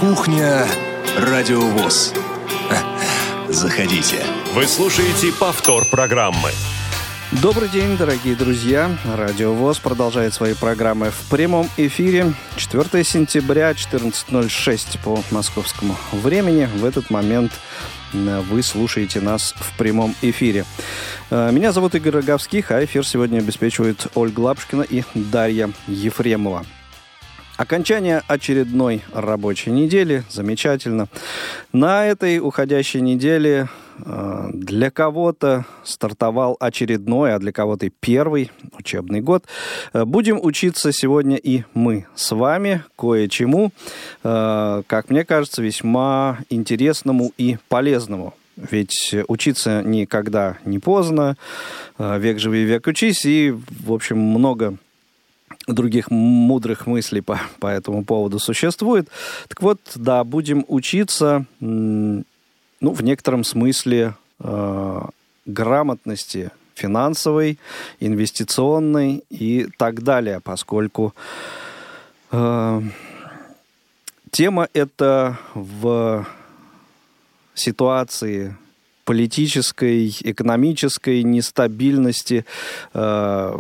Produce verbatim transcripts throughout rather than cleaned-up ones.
Кухня Радио ВОС. Заходите. Вы слушаете повтор программы. Добрый день, дорогие друзья. Радио ВОС продолжает свои программы в прямом эфире. четвёртого сентября, четырнадцать ноль шесть по московскому времени. В этот момент вы слушаете нас в прямом эфире. Меня зовут Игорь Роговских, а эфир сегодня обеспечивают Ольга Лапушкина и Дарья Ефремова. Окончание очередной рабочей недели. Замечательно. На этой уходящей неделе э, для кого-то стартовал очередной, а для кого-то и первый учебный год. Э, будем учиться сегодня и мы с вами кое-чему, э, как мне кажется, весьма интересному и полезному. Ведь учиться никогда не поздно. Э, век живи, век учись. И, в общем, много других мудрых мыслей по, по этому поводу существует. Так вот, да, будем учиться, ну, в некотором смысле э, грамотности финансовой, инвестиционной и так далее, поскольку э, тема эта в ситуации политической, экономической нестабильности э,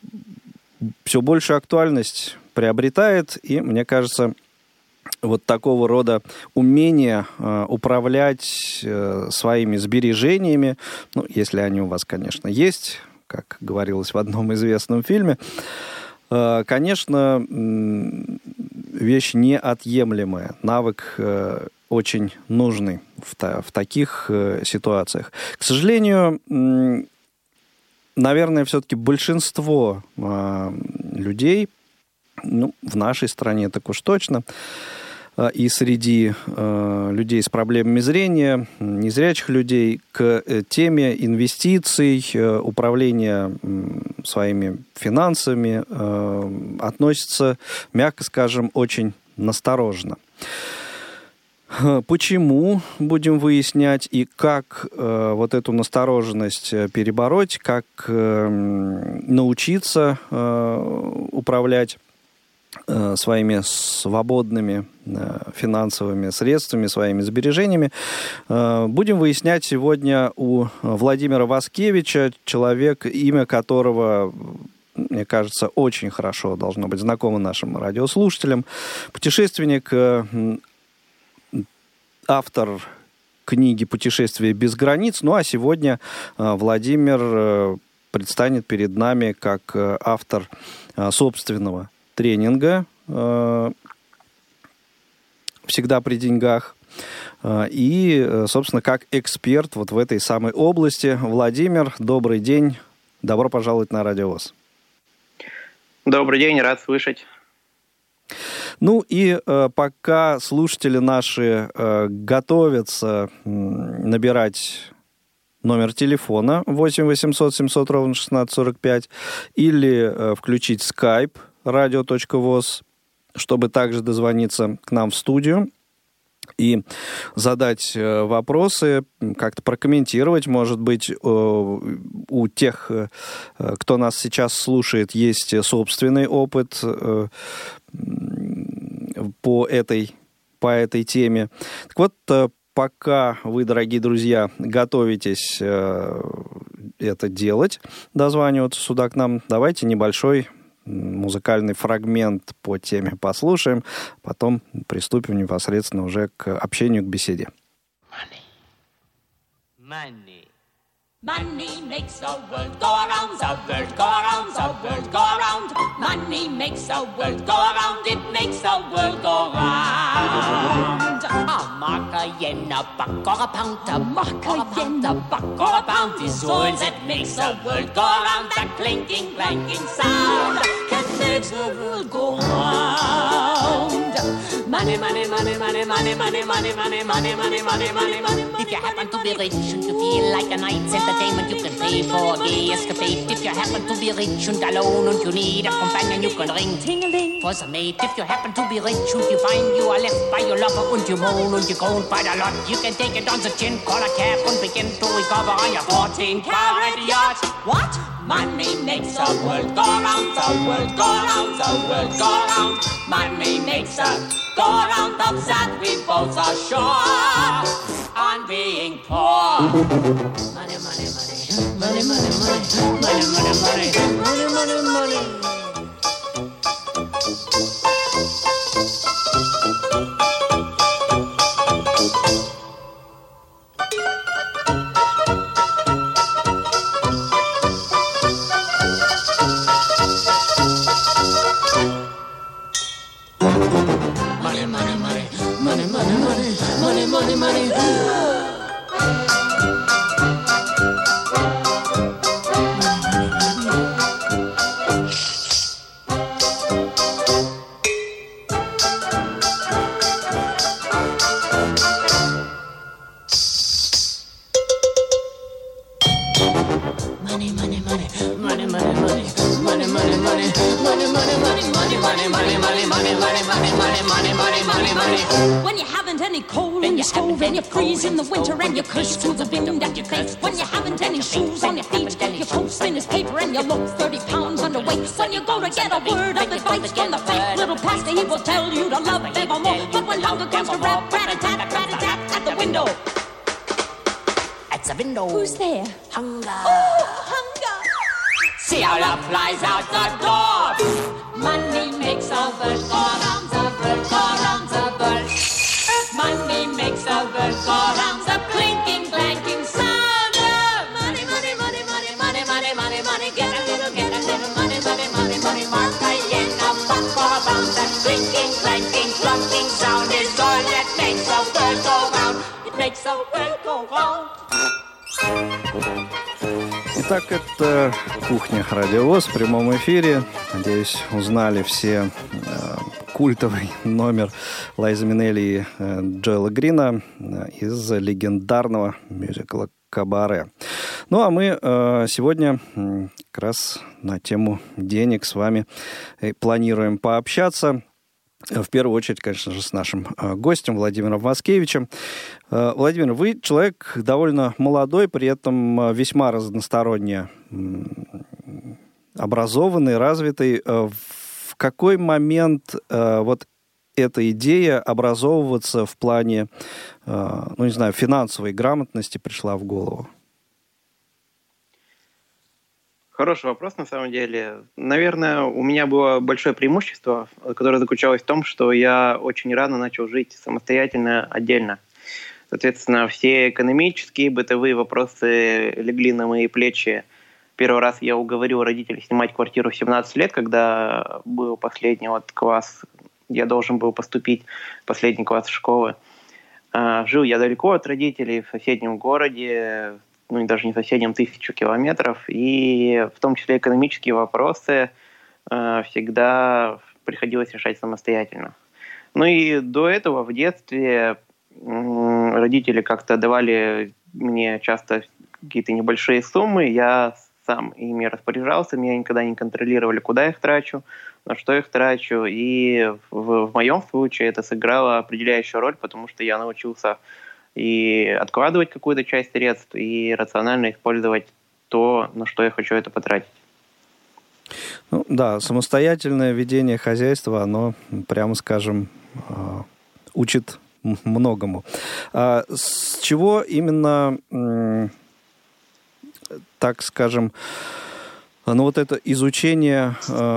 все большую актуальность приобретает, и, мне кажется, вот такого рода умение э, управлять э, своими сбережениями, ну, если они у вас, конечно, есть, как говорилось в одном известном фильме, э, конечно, э, вещь неотъемлемая, навык э, очень нужный в, та, в таких э, ситуациях. К сожалению, э, наверное, все-таки большинство э, людей, ну, в нашей стране так уж точно, э, и среди э, людей с проблемами зрения, незрячих людей, к э, теме инвестиций, э, управления э, своими финансами э, относятся, мягко скажем, очень настороженно. Почему, будем выяснять, и как э, вот эту настороженность перебороть, как э, научиться э, управлять э, своими свободными э, финансовыми средствами, своими сбережениями, э, будем выяснять сегодня у Владимира Васкевича, человек, имя которого, мне кажется, очень хорошо должно быть знакомо нашим радиослушателям, путешественник, э, автор книги «Путешествие без границ». Ну, а сегодня э, Владимир э, предстанет перед нами как э, автор э, собственного тренинга э, «Всегда при деньгах» э, и, э, собственно, как эксперт вот в этой самой области. Владимир, добрый день. Добро пожаловать на Радио ВОС. Добрый день, рад слышать. Ну и э, пока слушатели наши э, готовятся э, набирать номер телефона восемь восемьсот семьсот ровно шестнадцать сорок пять или э, включить skype радио точка вос, чтобы также дозвониться к нам в студию и задать э, вопросы, как-то прокомментировать, может быть, э, у тех, э, кто нас сейчас слушает, есть собственный опыт э, по этой, по этой теме. Так вот, пока вы, дорогие друзья, готовитесь э, это делать, дозваниваться сюда к нам, давайте небольшой музыкальный фрагмент по теме послушаем, потом приступим непосредственно уже к общению, к беседе. Money. Money. Money makes the world go around, the world go around, the world go around. Money makes the world go around, it makes the world go round. A mark, a yen, a buck or a pound, a mark, a yen, a buck or a pound is all that makes the world go around. That clinking, clanking sound that makes the world go round. Money, money, money, money, money, money, money, money, money, money, money, money, money. If you happen to be rich and you feel like a night's entertainment, you can pay for a gay escapade. If you happen to be rich and alone and you need a companion, you can ring ting-a-ling for some mate. If you happen to be rich and you find you are left by your lover and you moan and you groan quite a lot, you can take it on the chin, call a cab and begin to recover on your fourteen carat yacht. What? Money makes the world go round, the world go round, the world go round. Money makes the go round of that we both are sure on being poor. Money, money, money, money, money, money, money, money, money, money, money, money. Money, money, money. When you haven't any coal in your stove and you freeze in the winter and you curse to the wind at your face. When you haven't any shoes on your feet, your coat's thin as paper and you look thirty pounds underweight. When you go to get a word of advice from the fake little pastor, he will tell you to love evermore. But when hunger comes to rap, rat-a-tat, rat-a-tat at the window. At the window. Who's there? Hunger. Oh, hunger. See how love flies out the door. Money makes the world go round, the world go round, the world. Money makes the world go round, the clinking, clanking sound of money, money, money, money, money, money, money, money. Get a little, get a little money, money, money, money. Mark a yen, a buck for a pound. That clinking, clanking, clunking sound is all that makes the world go round. It makes the world go round. Итак, это «Кухня Радио ВОС» в прямом эфире. Надеюсь, узнали все э, культовый номер Лайзы Минелли и э, Джоэла Грина э, из легендарного мюзикла «Кабаре». Ну, а мы э, сегодня э, как раз на тему денег с вами э, планируем пообщаться. В первую очередь, конечно же, с нашим э, гостем Владимиром Васкевичем. Э, Владимир, вы человек довольно молодой, при этом э, весьма разносторонне э, образованный, развитый. Э, в какой момент э, вот эта идея образовываться в плане, э, ну, не знаю, финансовой грамотности пришла в голову? Хороший вопрос, на самом деле. Наверное, у меня было большое преимущество, которое заключалось в том, что я очень рано начал жить самостоятельно, отдельно. Соответственно, все экономические, бытовые вопросы легли на мои плечи. Первый раз я уговорил родителей снимать квартиру в семнадцать лет, когда был последний вот класс, я должен был поступить в последний класс школы. Жил я далеко от родителей, в соседнем городе, ну, даже не соседнем, тысячу километров, и в том числе экономические вопросы э, всегда приходилось решать самостоятельно. Ну и до этого в детстве э, родители как-то давали мне часто какие-то небольшие суммы, я сам ими распоряжался, меня никогда не контролировали, куда я их трачу, на что их трачу, и в, в моем случае это сыграло определяющую роль, потому что я научился и откладывать какую-то часть средств, и рационально использовать то, на что я хочу это потратить. Ну, да, самостоятельное ведение хозяйства, оно, прямо скажем, учит многому. А с чего именно, так скажем, ну вот это изучение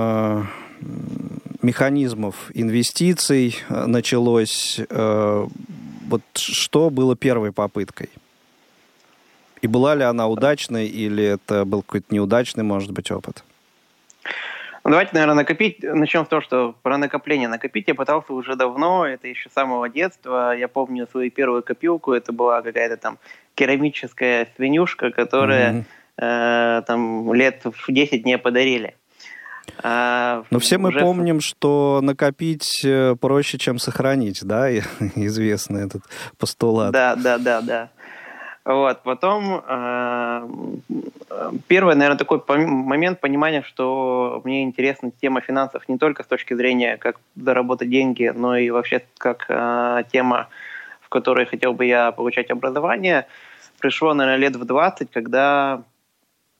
механизмов инвестиций началось? Вот что было первой попыткой? И была ли она удачной, или это был какой-то неудачный, может быть, опыт? Ну, давайте, наверное, накопить. Начнем с того, что про накопление. Накопить я пытался уже давно, это еще с самого детства. Я помню свою первую копилку, это была какая-то там керамическая свинюшка, которая mm-hmm. э, там лет в десять мне подарили. А, Но все мы уже... помним, что накопить проще, чем сохранить, да, известный этот постулат. Да, да, да, да. Вот, потом э, первый, наверное, такой момент понимания, что мне интересна тема финансов не только с точки зрения, как заработать деньги, но и вообще как э, тема, в которой хотел бы я получать образование, пришло, наверное, лет в двадцать, когда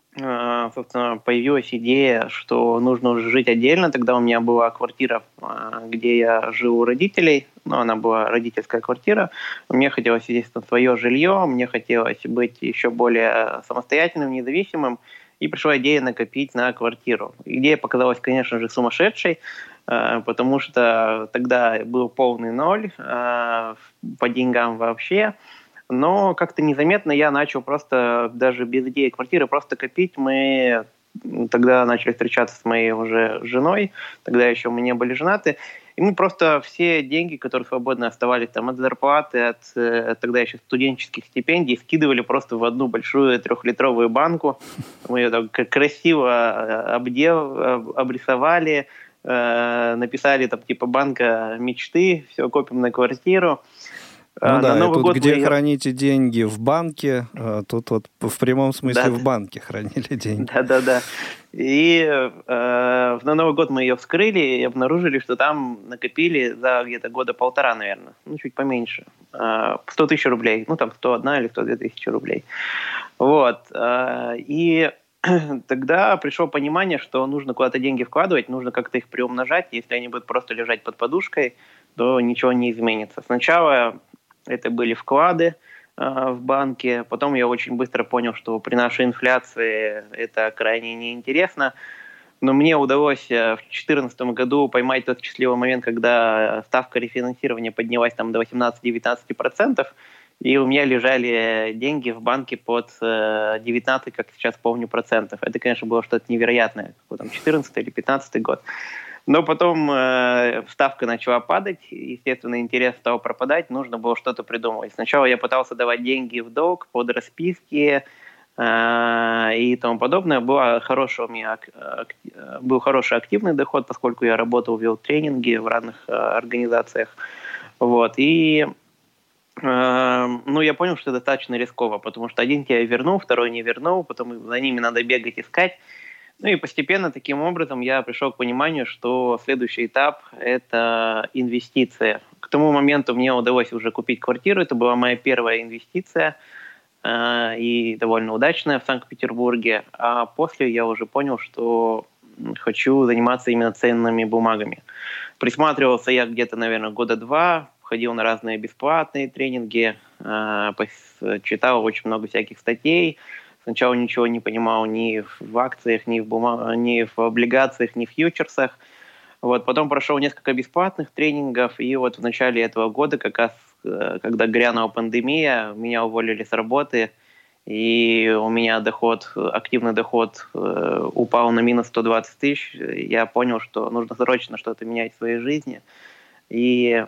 собственно, появилась идея, что нужно уже жить отдельно. Тогда у меня была квартира, где я жил у родителей. Ну, она была родительская квартира. Мне хотелось, естественно, свое жилье. Мне хотелось быть еще более самостоятельным, независимым. И пришла идея накопить на квартиру. Идея показалась, конечно же, сумасшедшей, потому что тогда был полный ноль по деньгам вообще. Но как-то незаметно я начал просто, даже без идеи квартиры, просто копить. Мы тогда начали встречаться с моей уже женой, тогда еще мы не были женаты. И мы просто все деньги, которые свободно оставались там от зарплаты, от, от тогда еще студенческих стипендий, скидывали просто в одну большую трехлитровую банку. Мы ее так красиво обдел, обрисовали, написали там типа банка мечты, все, копим на квартиру. Ну на да, Новый тут год где мы... храните деньги в банке, тут вот в прямом смысле да, в банке хранили деньги. Да-да-да. И э, на Новый год мы ее вскрыли и обнаружили, что там накопили за где-то года полтора, наверное, ну чуть поменьше, э, сто тысяч рублей, ну там сто одна или сто две тысячи рублей. Вот. Э, и тогда пришло понимание, что нужно куда-то деньги вкладывать, нужно как-то их приумножать. Если они будут просто лежать под подушкой, то ничего не изменится. Сначала это были вклады э, в банке. Потом я очень быстро понял, что при нашей инфляции это крайне неинтересно. Но мне удалось в две тысячи четырнадцатом году поймать тот счастливый момент, когда ставка рефинансирования поднялась там до восемнадцать-девятнадцать процентов, и у меня лежали деньги в банке под девятнадцать, как сейчас помню, процентов. Это, конечно, было что-то невероятное. Какой там четырнадцатый или пятнадцатый год. Но потом э, ставка начала падать, естественно, интерес стал пропадать, нужно было что-то придумывать. Сначала я пытался давать деньги в долг под расписки э, и тому подобное. Была хорошая у меня, был хороший активный доход, поскольку я работал, вел тренинги в разных э, организациях. Вот. И э, ну, я понял, что это достаточно рисково, потому что один я вернул, второй не вернул, потом за ними надо бегать, искать. Ну и постепенно таким образом я пришел к пониманию, что следующий этап – это инвестиция. К тому моменту мне удалось уже купить квартиру. Это была моя первая инвестиция э, и довольно удачная в Санкт-Петербурге. А после я уже понял, что хочу заниматься именно ценными бумагами. Присматривался я где-то, наверное, года два, ходил на разные бесплатные тренинги, э, читал очень много всяких статей. Сначала ничего не понимал ни в акциях, ни в, бумаг... ни в облигациях, ни в фьючерсах. Вот. Потом прошел несколько бесплатных тренингов, и вот в начале этого года, как раз когда грянула пандемия, меня уволили с работы, и у меня доход, активный доход упал на минус сто двадцать тысяч. Я понял, что нужно срочно что-то менять в своей жизни. И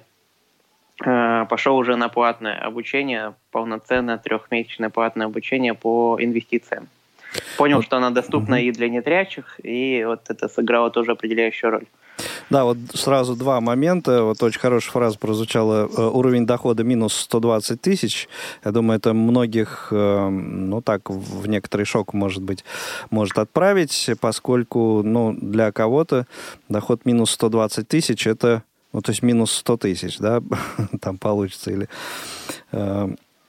пошел уже на платное обучение, полноценное трехмесячное платное обучение по инвестициям. Понял, вот, что она доступна угу. и для незрячих, и вот это сыграло тоже определяющую роль. Да, вот сразу два момента. Вот очень хорошая фраза прозвучала. Уровень дохода минус сто двадцать тысяч. Я думаю, это многих, ну так, в некоторый шок, может быть, может отправить, поскольку, ну, для кого-то доход минус сто двадцать тысяч – это, ну, то есть минус сто тысяч, да, там получится. Или, э,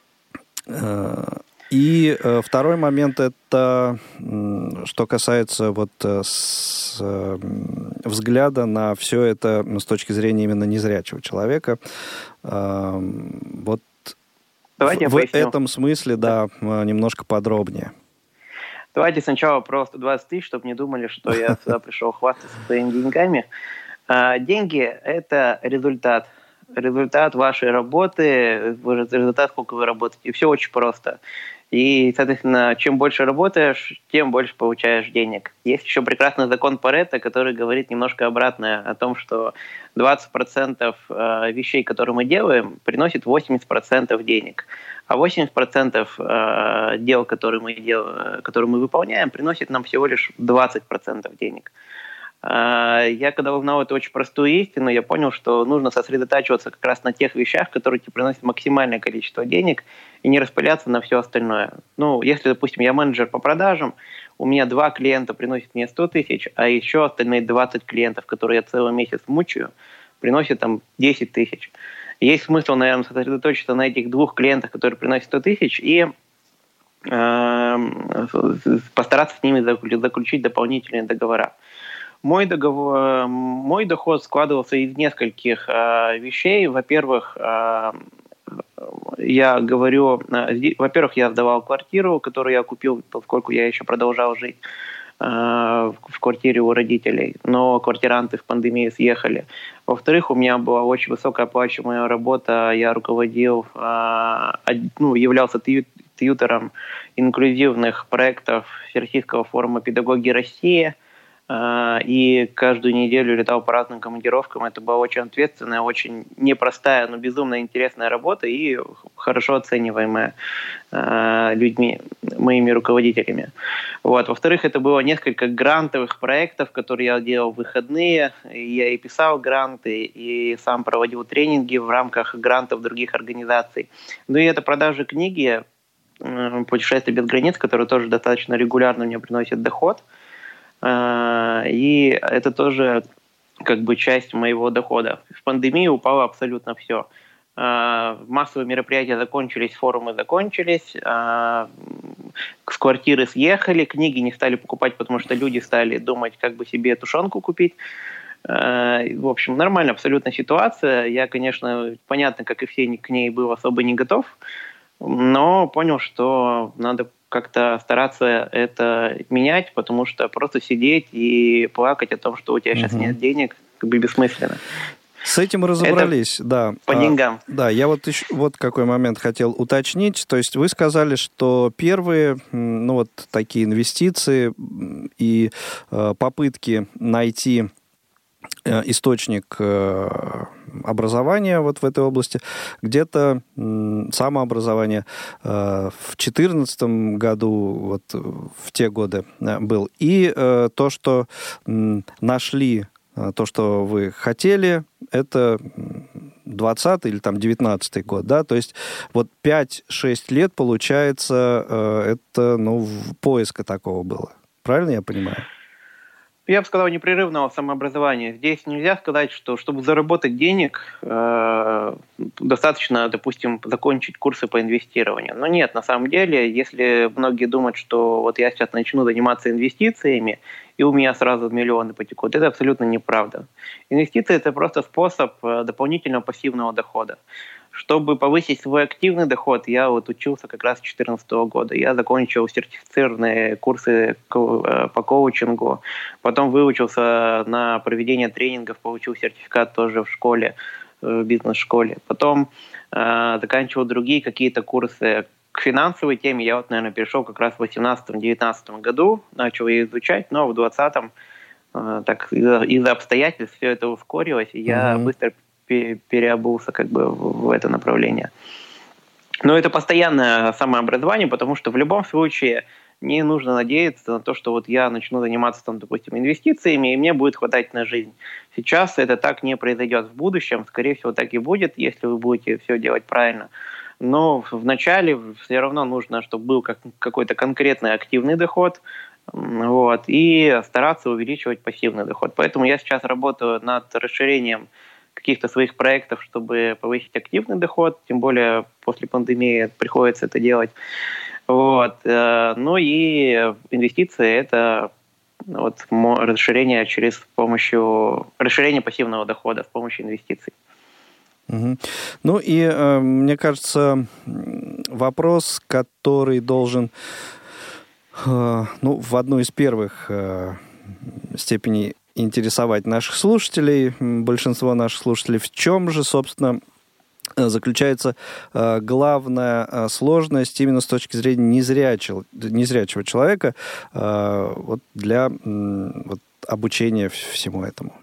э, и э, второй момент – это, что касается вот с, э, взгляда на все это с точки зрения именно незрячего человека. Э, вот Давайте в, я в этом смысле, да, немножко подробнее. Давайте сначала про сто двадцать тысяч, чтобы не думали, что я сюда пришел хвастаться своими деньгами. Деньги – это результат. Результат вашей работы, результат, сколько вы работаете. И все очень просто. И, соответственно, чем больше работаешь, тем больше получаешь денег. Есть еще прекрасный закон Парето, который говорит немножко обратное, о том, что двадцать процентов вещей, которые мы делаем, приносит восемьдесят процентов денег. А восемьдесят процентов дел, которые мы, делаем, которые мы выполняем, приносит нам всего лишь двадцать процентов денег. Я, когда узнал эту очень простую истину, я понял, что нужно сосредотачиваться как раз на тех вещах, которые тебе приносят максимальное количество денег, и не распыляться на все остальное. Ну, если, допустим, я менеджер по продажам, у меня два клиента приносят мне сто тысяч, а еще остальные двадцать клиентов, которые я целый месяц мучаю, приносят там десять тысяч. Есть смысл, наверное, сосредоточиться на этих двух клиентах, которые приносят сто тысяч, и постараться с ними заключить дополнительные договора. Мой, договор, мой доход складывался из нескольких вещей. Во-первых, я говорю, во-первых, я сдавал квартиру, которую я купил, поскольку я еще продолжал жить в квартире у родителей, но квартиранты в пандемии съехали. Во-вторых, у меня была очень высокооплачиваемая работа, я руководил, ну, являлся тьютором инклюзивных проектов Всероссийского форума педагоги России, и каждую неделю летал по разным командировкам. Это была очень ответственная, очень непростая, но безумно интересная работа и хорошо оцениваемая людьми, моими руководителями. Вот. Во-вторых, это было несколько грантовых проектов, которые я делал в выходные. Я и писал гранты, и сам проводил тренинги в рамках грантов других организаций. Ну и это продажа книги «Путешествие без границ», которая тоже достаточно регулярно мне приносит доход. И это тоже как бы часть моего дохода. В пандемии упало абсолютно все. Массовые мероприятия закончились, форумы закончились, с квартиры съехали, книги не стали покупать, потому что люди стали думать, как бы себе тушенку купить. В общем, нормальная абсолютно ситуация. Я, конечно, понятно, как и все, к ней был особо не готов, но понял, что надо как-то стараться это менять, потому что просто сидеть и плакать о том, что у тебя сейчас угу. нет денег, как бы бессмысленно. С этим мы разобрались, это да. По деньгам. А, да, я вот еще вот какой момент хотел уточнить. То есть вы сказали, что первые, ну вот такие инвестиции и э, попытки найти э, источник э, образования вот в этой области, где-то м, самообразование э, в две тысячи четырнадцатом году, вот в те годы э, был. И э, то, что э, нашли, э, то, что вы хотели, это двадцатый или там девятнадцатый год, да, то есть вот пять-шесть лет, получается, э, это, ну, поиска такого было. Правильно я понимаю? Я бы сказал, непрерывного самообразования. Здесь нельзя сказать, что чтобы заработать денег, э, достаточно, допустим, закончить курсы по инвестированию. Но нет, на самом деле, если многие думают, что вот я сейчас начну заниматься инвестициями, и у меня сразу миллионы потекут, это абсолютно неправда. Инвестиции – это просто способ дополнительного пассивного дохода. Чтобы повысить свой активный доход, я вот учился как раз с две тысячи четырнадцатого года. Я закончил сертифицированные курсы по коучингу, потом выучился на проведение тренингов, получил сертификат тоже в школе, в бизнес-школе. Потом э, заканчивал другие какие-то курсы. К финансовой теме я вот, наверное, перешел как раз в восемнадцатом-девятнадцатом году, начал ее изучать, но в двадцатом э, так из-за, из-за обстоятельств все это ускорилось, и я mm-hmm. быстро переобулся как бы в это направление. Но это постоянное самообразование, потому что в любом случае не нужно надеяться на то, что вот я начну заниматься, там, допустим, инвестициями, и мне будет хватать на жизнь. Сейчас это так не произойдет. В будущем, скорее всего, так и будет, если вы будете все делать правильно. Но вначале все равно нужно, чтобы был как, какой-то конкретный активный доход, вот, и стараться увеличивать пассивный доход. Поэтому я сейчас работаю над расширением каких-то своих проектов, чтобы повысить активный доход, тем более после пандемии приходится это делать. Вот. Ну и инвестиции – это вот расширение через помощью расширение пассивного дохода с помощью инвестиций. Угу. Ну и э, мне кажется, вопрос, который должен э, ну, в одной из первых э, степеней интересовать наших слушателей, большинство наших слушателей, в чем же, собственно, заключается э, главная э, сложность именно с точки зрения незрячего, незрячего человека э, вот для э, вот, обучения всему этому?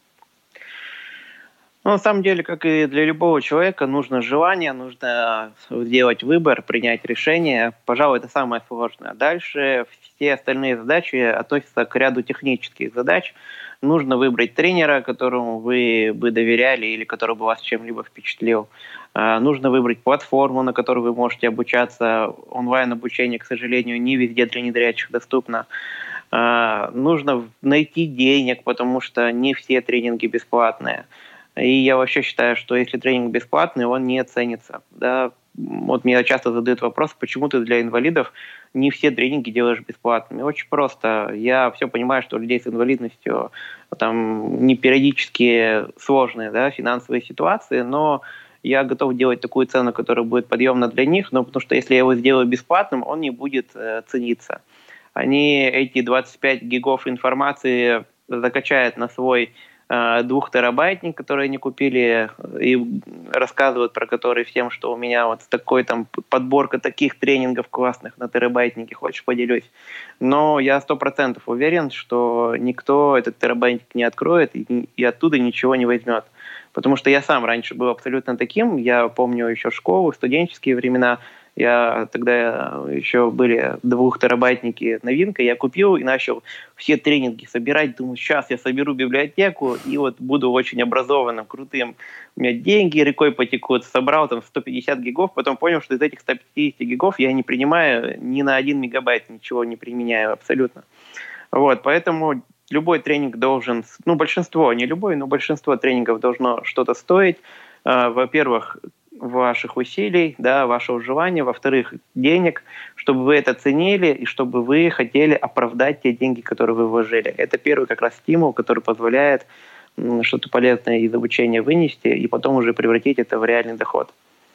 Ну, на самом деле, как и для любого человека, нужно желание, нужно сделать выбор, принять решение. Пожалуй, это самое сложное. Дальше все остальные задачи относятся к ряду технических задач. Нужно выбрать тренера, которому вы бы доверяли или который бы вас чем-либо впечатлил. Нужно выбрать платформу, на которой вы можете обучаться. Онлайн-обучение, к сожалению, не везде для незрячих доступно. Нужно найти денег, потому что не все тренинги бесплатные. И я вообще считаю, что если тренинг бесплатный, он не ценится. Да? вот мне часто задают вопрос, почему ты для инвалидов не все тренинги делаешь бесплатными. Очень просто. Я все понимаю, что у людей с инвалидностью там не периодически сложные, да, финансовые ситуации, но я готов делать такую цену, которая будет подъемна для них, но потому что если я его сделаю бесплатным, он не будет э, цениться. Они эти двадцать пять гигов информации закачают на свой двухтерабайтник, который они купили, и рассказывают про который всем, что у меня вот такой там подборка таких тренингов классных на терабайтнике, хочешь поделюсь. Но я сто процентов уверен, что никто этот терабайтник не откроет и, и оттуда ничего не возьмет. Потому что я сам раньше был абсолютно таким, я помню еще школу, студенческие времена, я тогда еще были двухтерабайтники новинка, я купил и начал все тренинги собирать. Думаю, сейчас я соберу библиотеку и вот буду очень образованным, крутым. У меня деньги рекой потекут. Собрал там сто пятьдесят гигов, потом понял, что из этих ста пятидесяти гигов я не принимаю ни на один мегабайт, ничего не применяю абсолютно. Вот, поэтому любой тренинг должен, ну большинство, не любой, но большинство тренингов должно что-то стоить. Во-первых, ваших усилий, да, вашего желания, во-вторых, денег, чтобы вы это ценили и чтобы вы хотели оправдать те деньги, которые вы вложили. Это первый как раз стимул, который позволяет что-то полезное из обучения вынести и потом уже превратить это в реальный доход.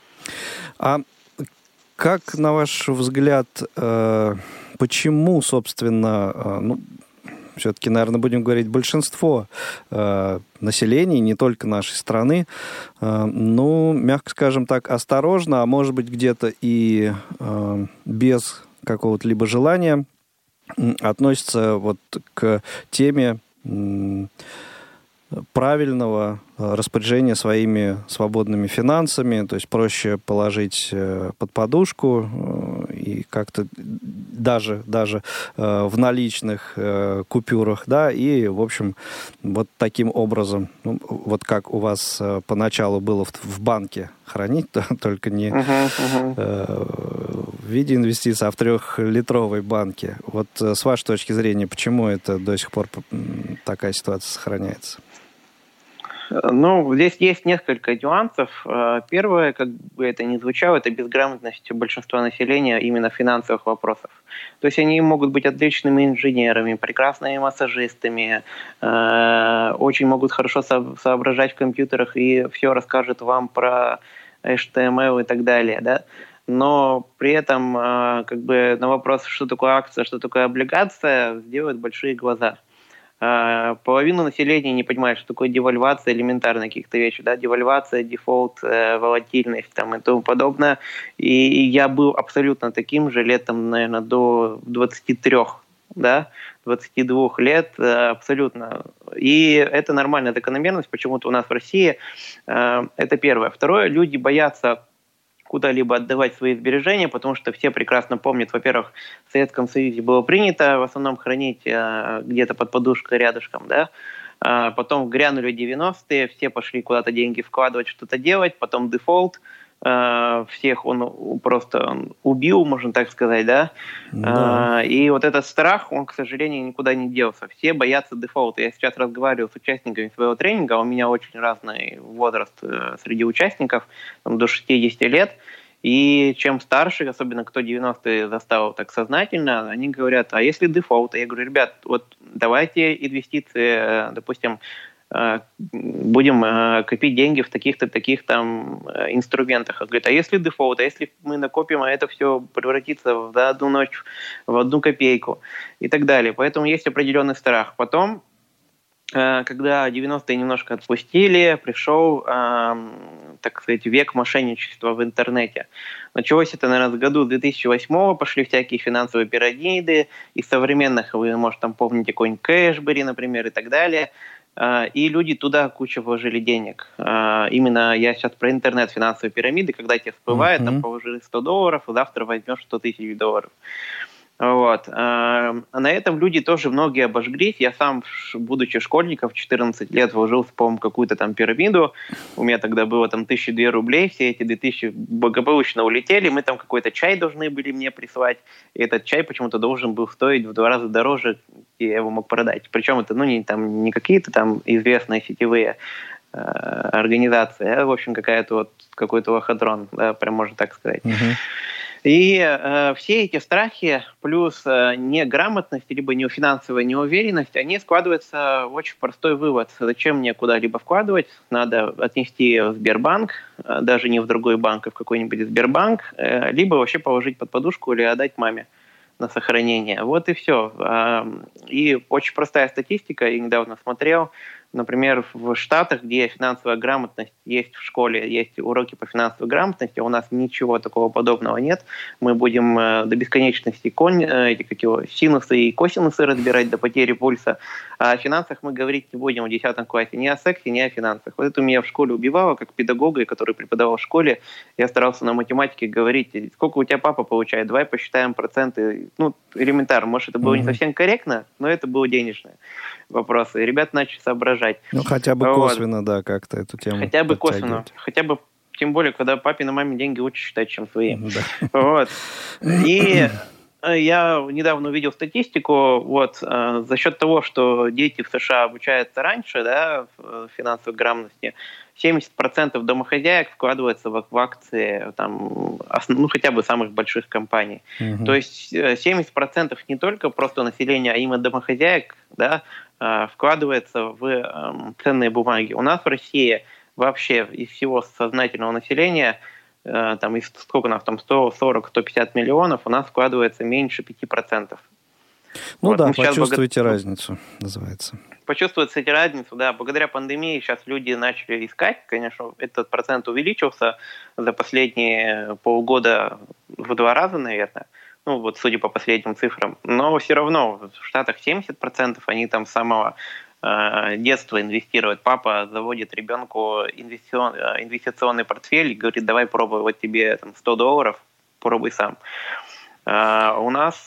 А как, на ваш взгляд, э, почему, собственно, э, ну, все-таки, наверное, будем говорить, большинство э, населения, не только нашей страны, э, ну, мягко скажем так, осторожно, а может быть, где-то и э, без какого-то либо желания относится вот к теме э, правильного распоряжения своими свободными финансами, то есть проще положить под подушку и как-то даже, даже в наличных купюрах, да, и, в общем, вот таким образом, ну, вот как у вас поначалу было в, в банке хранить, только не uh-huh, uh-huh. в виде инвестиций, а в трехлитровой банке. Вот с вашей точки зрения, почему это до сих пор такая ситуация сохраняется? Ну, здесь есть несколько нюансов. Первое, как бы это ни звучало, это безграмотность большинства населения именно в финансовых вопросах. То есть они могут быть отличными инженерами, прекрасными массажистами, очень могут хорошо соображать в компьютерах и все расскажут вам про эйч ти эм эл и так далее, да? Но при этом как бы на вопрос, что такое акция, что такое облигация, сделают большие глаза. Половина населения не понимает, что такое девальвация, элементарные каких-то вещи, да, девальвация, дефолт, э, волатильность там, и тому подобное. И я был абсолютно таким же летом, наверное, до двадцати трёх, да, двадцати двух лет, э, абсолютно. И это нормальная закономерность почему-то у нас в России. Э, это первое. Второе, люди боятся куда-либо отдавать свои сбережения, потому что все прекрасно помнят, во-первых, в Советском Союзе было принято в основном хранить э, где-то под подушкой рядышком, да, а потом грянули девяностые, все пошли куда-то деньги вкладывать, что-то делать, потом дефолт, э, всех он просто убил, можно так сказать, да, да. Э, и вот этот страх, он, к сожалению, никуда не делся, все боятся дефолта. Я сейчас разговариваю с участниками своего тренинга, у меня очень разный возраст э, среди участников, там, до шестидесяти лет, и чем старше, особенно кто девяностые застал так сознательно, они говорят, а если дефолт? Я говорю, ребят, вот давайте инвестиции, допустим, будем копить деньги в таких-то, таких там инструментах. Он говорит, а если дефолт, а если мы накопим, а это все превратится в да, одну ночь, в одну копейку и так далее. Поэтому есть определенный страх. Потом, когда девяностые немножко отпустили, пришел, так сказать, век мошенничества в интернете. Началось это, наверное, в году две тысячи восьмого, пошли всякие финансовые пирамиды, из современных, вы, может, там помните какой-нибудь Кэшбери, например, и так далее. И люди туда кучу вложили денег. Именно я сейчас про интернет, финансовые пирамиды, когда тебе всплывает, uh-huh. там положили сто долларов, а завтра возьмешь сто тысяч долларов. Вот. А на этом люди тоже многие обожглись. Я сам, будучи школьником, в четырнадцать лет вложился, по-моему, какую-то там пирамиду. У меня тогда было там тысяча две рублей. Все эти две тысячи благополучно улетели. Мы там какой-то чай должны были мне прислать. И этот чай почему-то должен был стоить в два раза дороже, и я его мог продать. Причем это, ну, не, там, не какие-то там известные сетевые организация, в общем, какая-то вот, какой-то лохотрон, да, прям можно так сказать. Uh-huh. И э, все эти страхи плюс э, неграмотность, либо не финансовая неуверенность, они складываются в очень простой вывод. Зачем мне куда-либо вкладывать? Надо отнести в Сбербанк, э, даже не в другой банк, а в какой-нибудь Сбербанк, э, либо вообще положить под подушку или отдать маме на сохранение. Вот и все. Э, и очень простая статистика, я недавно смотрел. Например, в Штатах, где финансовая грамотность есть в школе, есть уроки по финансовой грамотности, у нас ничего такого подобного нет. Мы будем до бесконечности конь, эти как его, синусы и косинусы разбирать до потери пульса. А о финансах мы говорить не будем в десятом классе. Ни о сексе, ни о финансах. Вот это меня в школе убивало, как педагога, который преподавал в школе. Я старался на математике говорить, сколько у тебя папа получает, давай посчитаем проценты. Ну, элементарно. Может, это было mm-hmm. не совсем корректно, но это было денежное вопросы. И ребята начали соображать. Ну, хотя бы косвенно, вот. Да, как-то эту тему Хотя бы косвенно. Хотя бы, тем более, когда папе на маме деньги лучше считать, чем свои. Да. Вот. И я недавно увидел статистику, вот, э, за счет того, что дети в США обучаются раньше, да, в финансовой грамотности, семьдесят процентов домохозяек вкладываются в, в акции там, основ, ну, хотя бы самых больших компаний. Uh-huh. То есть семьдесят процентов не только просто населения, а именно домохозяек, да, э, вкладывается в э, ценные бумаги. У нас в России вообще из всего сознательного населения там, из сколько у нас там, сто сорок - сто пятьдесят миллионов, у нас вкладывается меньше пяти процентов. Ну вот, да, почувствуйте благо... разницу, называется. Почувствуйте разницу, да. Благодаря пандемии сейчас люди начали искать, конечно, этот процент увеличился за последние полгода в два раза, наверное, ну вот судя по последним цифрам, но все равно в Штатах семьдесят процентов, они там с самого детство инвестирует. Папа заводит ребенку инвестицион, инвестиционный портфель и говорит, давай пробуй, вот тебе там, сто долларов, пробуй сам. А у нас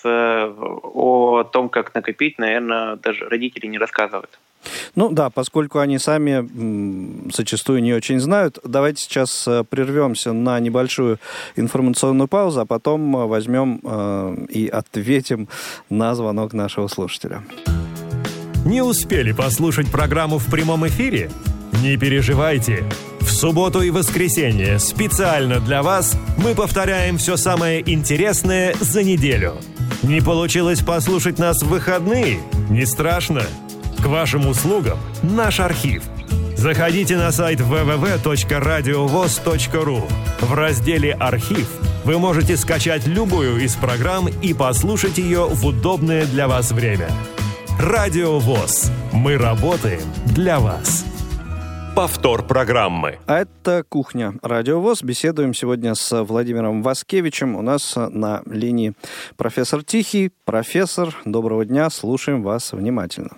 о том, как накопить, наверное, даже родители не рассказывают. Ну да, поскольку они сами зачастую не очень знают, давайте сейчас прервемся на небольшую информационную паузу, а потом возьмем э, и ответим на звонок нашего слушателя. Не успели послушать программу в прямом эфире? Не переживайте. В субботу и воскресенье специально для вас мы повторяем все самое интересное за неделю. Не получилось послушать нас в выходные? Не страшно. К вашим услугам наш архив. Заходите на сайт дабл ю дабл ю дабл ю точка радиовос точка ру. В разделе «Архив» вы можете скачать любую из программ и послушать ее в удобное для вас время. Радио ВОС. Мы работаем для вас. Повтор программы. А это «Кухня». Радио ВОС. Беседуем сегодня с Владимиром Васкевичем. У нас на линии профессор Тихий. Профессор, доброго дня. Слушаем вас внимательно.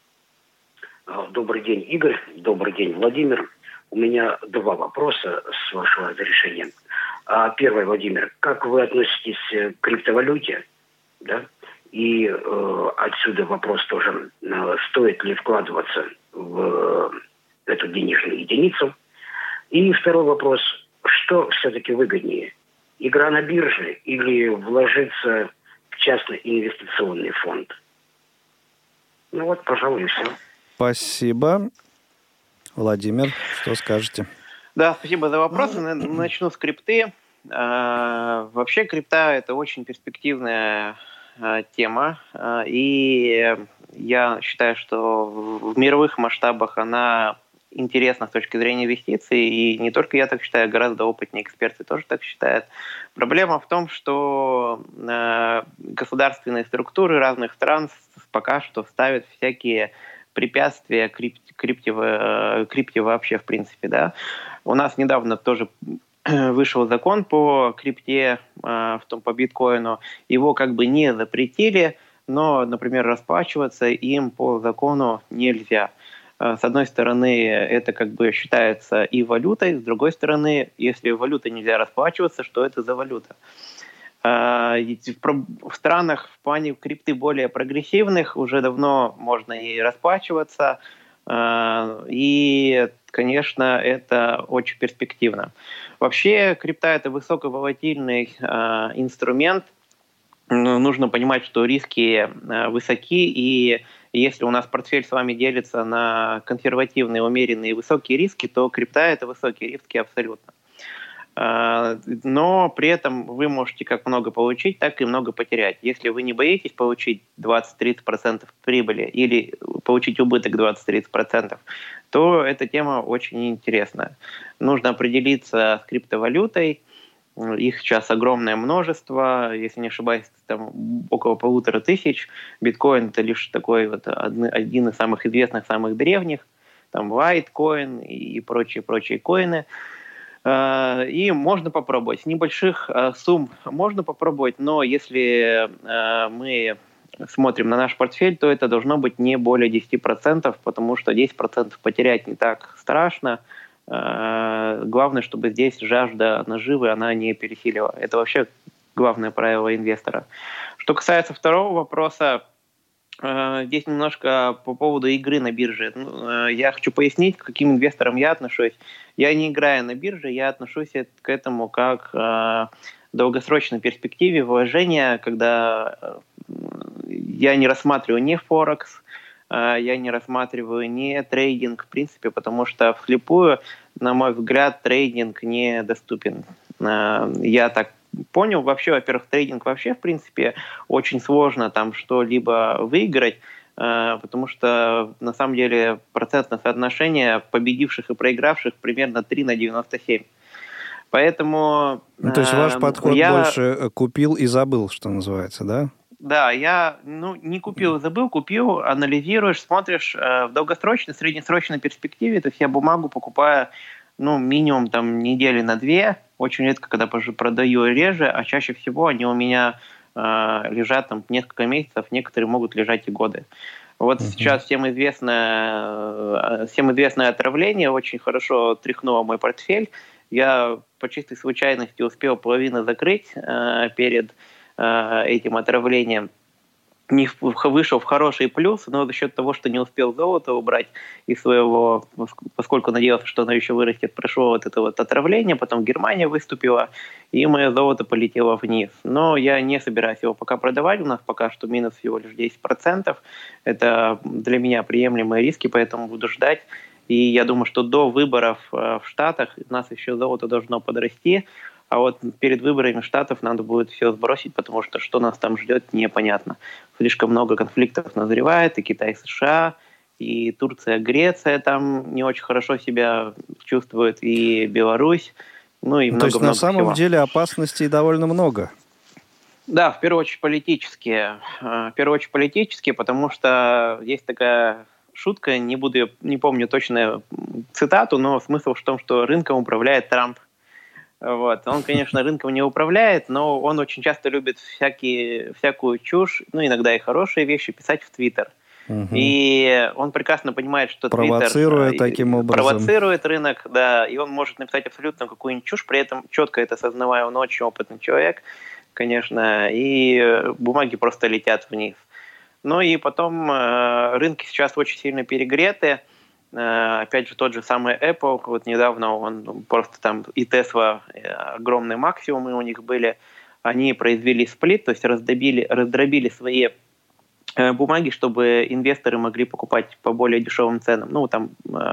Добрый день, Игорь. Добрый день, Владимир. У меня два вопроса, с вашего разрешения. Первый, Владимир, как вы относитесь к криптовалюте? Да? И э, отсюда вопрос тоже, э, стоит ли вкладываться в э, эту денежную единицу. И второй вопрос, что все-таки выгоднее? Игра на бирже или вложиться в частный инвестиционный фонд? Ну вот, пожалуй, и все. Спасибо. Владимир, что скажете? Да, спасибо за вопросы. Начну с крипты. Вообще крипта – это очень перспективная тема, и я считаю, что в мировых масштабах она интересна с точки зрения инвестиций, и не только я так считаю, гораздо опытнее эксперты тоже так считают. Проблема в том, что государственные структуры разных стран пока что ставят всякие препятствия крипте, крипте, крипте вообще, в принципе, да. У нас недавно тоже вышел закон по крипте, в том по биткоину. Его как бы не запретили, но, например, расплачиваться им по закону нельзя. С одной стороны, это как бы считается и валютой, с другой стороны, если валютой нельзя расплачиваться, что это за валюта? В странах в плане крипты более прогрессивных уже давно можно и расплачиваться, и, конечно, это очень перспективно. Вообще, крипта – это высоковолатильный инструмент. Нужно понимать, что риски высоки, и И если у нас портфель с вами делится на консервативные, умеренные и высокие риски, то крипта – это высокие риски абсолютно. Но при этом вы можете как много получить, так и много потерять. Если вы не боитесь получить двадцать-тридцать процентов прибыли или получить убыток двадцать-тридцать процентов, то эта тема очень интересная. Нужно определиться с криптовалютой. Их сейчас огромное множество, если не ошибаюсь, там около полутора тысяч. Биткоин – это лишь такой вот один из самых известных, самых древних. Там Litecoin и прочие-прочие коины. И можно попробовать. С небольших сумм можно попробовать, но если мы смотрим на наш портфель, то это должно быть не более десять процентов, потому что десять процентов потерять не так страшно. Главное, чтобы здесь жажда наживы, она не пересилила. Это вообще главное правило инвестора. Что касается второго вопроса, здесь немножко по поводу игры на бирже. Я хочу пояснить, к каким инвесторам я отношусь. Я не играю на бирже, я отношусь к этому как к долгосрочной перспективе вложения, когда я не рассматриваю ни Форекс, я не рассматриваю ни трейдинг, в принципе, потому что вслепую, на мой взгляд, трейдинг недоступен. Я так понял, вообще, во-первых, трейдинг вообще, в принципе, очень сложно там что-либо выиграть, потому что, на самом деле, процентное соотношение победивших и проигравших примерно три на девяносто семь. Поэтому... Ну, то есть ваш подход я... больше купил и забыл, что называется, да? Да, я ну, не купил и забыл, купил, анализируешь, смотришь э, в долгосрочной, среднесрочной перспективе, то есть я бумагу покупаю ну, минимум там недели на две, очень редко, когда продаю реже, а чаще всего они у меня э, лежат там несколько месяцев, некоторые могут лежать и годы. Вот uh-huh. сейчас всем известное, всем известное отравление очень хорошо тряхнуло мой портфель. Я по чистой случайности успел половину закрыть э, перед этим отравлением, не вышел в хороший плюс, но за счет того, что не успел золото убрать из своего, поскольку надеялся, что оно еще вырастет, прошло вот это вот отравление, потом Германия выступила, и мое золото полетело вниз. Но я не собираюсь его пока продавать, у нас пока что минус всего лишь десять процентов. Это для меня приемлемые риски, поэтому буду ждать. И я думаю, что до выборов в Штатах у нас еще золото должно подрасти. А вот перед выборами штатов надо будет все сбросить, потому что что нас там ждет, непонятно. Слишком много конфликтов назревает, и Китай, США, и Турция, Греция там не очень хорошо себя чувствуют, и Беларусь, ну и много-много всего. То есть на самом всего. деле опасностей довольно много. Да, в первую очередь политические. В первую очередь политические, потому что есть такая шутка, не буду, не помню точную цитату, но смысл в том, что рынком управляет Трамп. Вот. Он, конечно, рынком не управляет, но он очень часто любит всякие, всякую чушь, ну, иногда и хорошие вещи, писать в Твиттер. Угу. И он прекрасно понимает, что провоцирует Твиттер таким образом. провоцирует рынок, да, и он может написать абсолютно какую-нибудь чушь, при этом четко это осознавая, он очень опытный человек, конечно, и бумаги просто летят вниз. Ну и потом э, рынки сейчас очень сильно перегреты. Опять же, тот же самый Apple, вот недавно он просто там и Tesla, огромные максимумы у них были, они произвели сплит, то есть раздробили, раздробили свои бумаги, чтобы инвесторы могли покупать по более дешевым ценам. Ну, там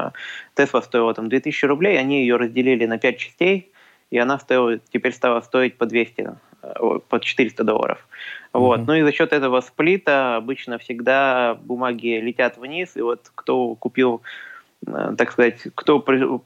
Tesla стоила там две тысячи рублей, они ее разделили на пять частей, и она стоила, теперь стала стоить по двести, по четыреста долларов. Mm-hmm. Вот. Ну и за счет этого сплита обычно всегда бумаги летят вниз, и вот кто купил, так сказать, кто,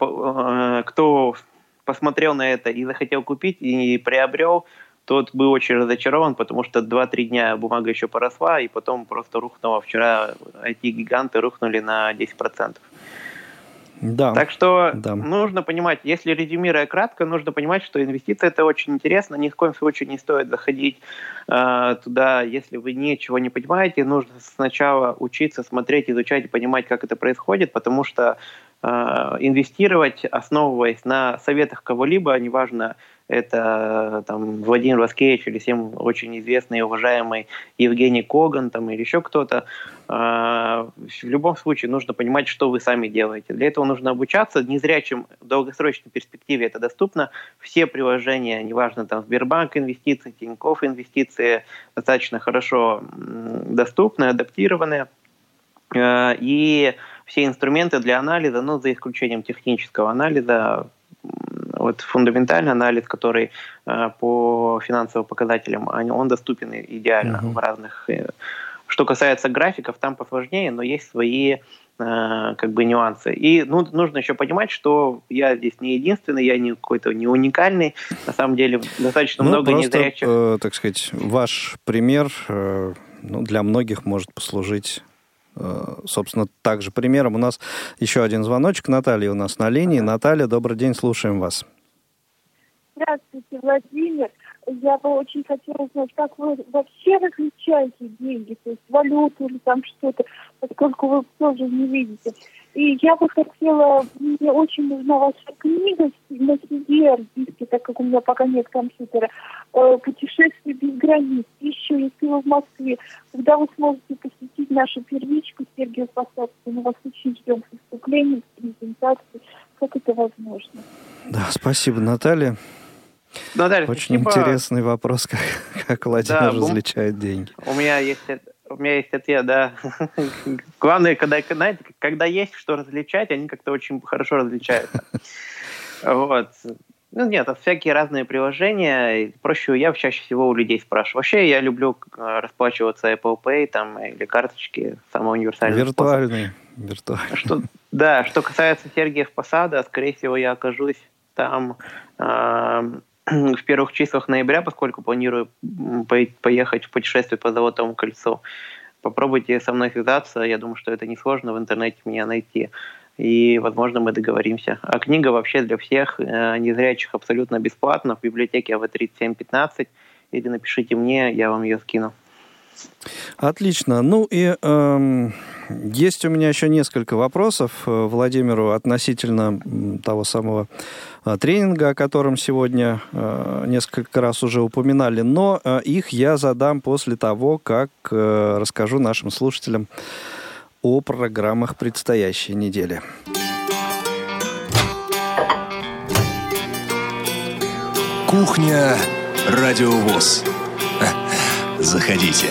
кто посмотрел на это и захотел купить, и приобрел, тот был очень разочарован, потому что два-три дня бумага еще поросла, и потом просто рухнула. Вчера ай ти-гиганты рухнули на десять процентов. Да. Так что да. нужно понимать, если резюмируя кратко, нужно понимать, что инвестиции – это очень интересно, ни в коем случае не стоит заходить э, туда, если вы ничего не понимаете, нужно сначала учиться, смотреть, изучать и понимать, как это происходит, потому что э, инвестировать, основываясь на советах кого-либо, неважно, это там Владимир Васкевич или всем очень известный и уважаемый Евгений Коган там, или еще кто-то. В любом случае нужно понимать, что вы сами делаете. Для этого нужно обучаться. Незрячим в долгосрочной перспективе это доступно. Все приложения, неважно, там Сбербанк инвестиции, Тинькофф инвестиции, достаточно хорошо доступны, адаптированы. И все инструменты для анализа, ну, за исключением технического анализа, вот фундаментальный анализ, который по финансовым показателям, он доступен идеально uh-huh. в разных... Что касается графиков, там посложнее, но есть свои как бы нюансы. И ну, нужно еще понимать, что я здесь не единственный, я не какой-то не уникальный. На самом деле достаточно ну, много просто, незрячих. Э, так сказать, ваш пример э, ну, для многих может послужить, э, собственно, также примером. У нас еще один звоночек. Наталья у нас на линии. Наталья, добрый день, слушаем вас. Здравствуйте, Владимир. Я бы очень хотела узнать, как вы вообще различаете деньги, то есть валюту или там что-то, поскольку вы тоже не видите. И я бы хотела, мне очень нужна ваша книга на си ди-диске, так как у меня пока нет компьютера, «Путешествие без границ». И еще, если вы в Москве, когда вы сможете посетить нашу первичку Сергея Посадского, мы вас очень ждем с выступлением, с презентацией, как это возможно. Да, спасибо, Наталья. Наталья, очень спасибо. Интересный вопрос, как, как Владимир да, различает деньги. У меня есть, у меня есть ответ, да. Главное, когда, знаете, когда есть что различать, они как-то очень хорошо различаются. Вот. Ну, нет, это всякие разные приложения. Проще я чаще всего у людей спрашиваю. Вообще я люблю расплачиваться Apple Pay там, или карточки, самый универсальный Виртуальные. способ. Виртуальные. Что, да, что касается Сергиев Посада, скорее всего, я окажусь там э, в первых числах ноября, поскольку планирую поехать в путешествие по Золотому кольцу. Попробуйте со мной связаться, я думаю, что это несложно в интернете меня найти. И, возможно, мы договоримся. А книга вообще для всех э, незрячих абсолютно бесплатно в библиотеке А Вэ тридцать семь пятнадцать. Или напишите мне, я вам ее скину. Отлично. Ну и э, есть у меня еще несколько вопросов Владимиру относительно того самого тренинга, о котором сегодня э, несколько раз уже упоминали, но э, их я задам после того, как э, расскажу нашим слушателям о программах предстоящей недели. Кухня Радио ВОС. Заходите.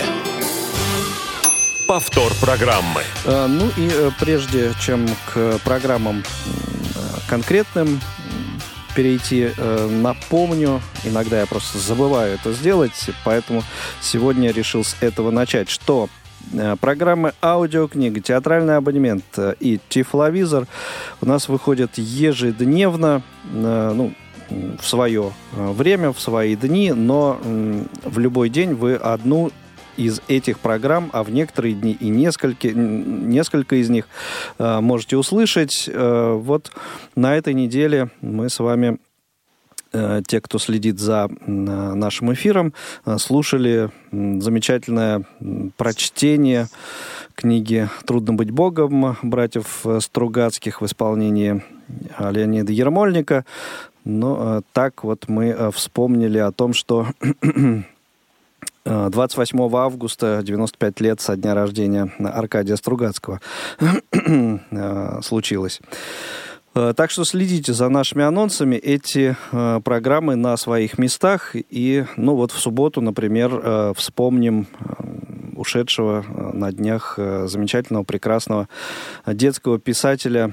Повтор программы. А, ну и э, прежде чем к программам э, конкретным перейти, э, напомню, иногда я просто забываю это сделать, поэтому сегодня я решил с этого начать, что э, программы «Аудиокнига», «Театральный абонемент» и «Тифловизор» у нас выходят ежедневно, э, ну, в свое время, в свои дни, но э, в любой день вы одну из этих программ, а в некоторые дни и несколько, несколько из них э, можете услышать. Э, вот на этой неделе мы с вами, э, те, кто следит за э, нашим эфиром, э, слушали э, замечательное прочтение книги «Трудно быть Богом» братьев Стругацких в исполнении Леонида Ермольника. Но э, так вот мы э, вспомнили о том, что двадцать восьмого августа, девяносто пять лет со дня рождения Аркадия Стругацкого, случилось. Так что следите за нашими анонсами. Эти программы на своих местах. И, ну вот в субботу, например, вспомним ушедшего на днях замечательного, прекрасного детского писателя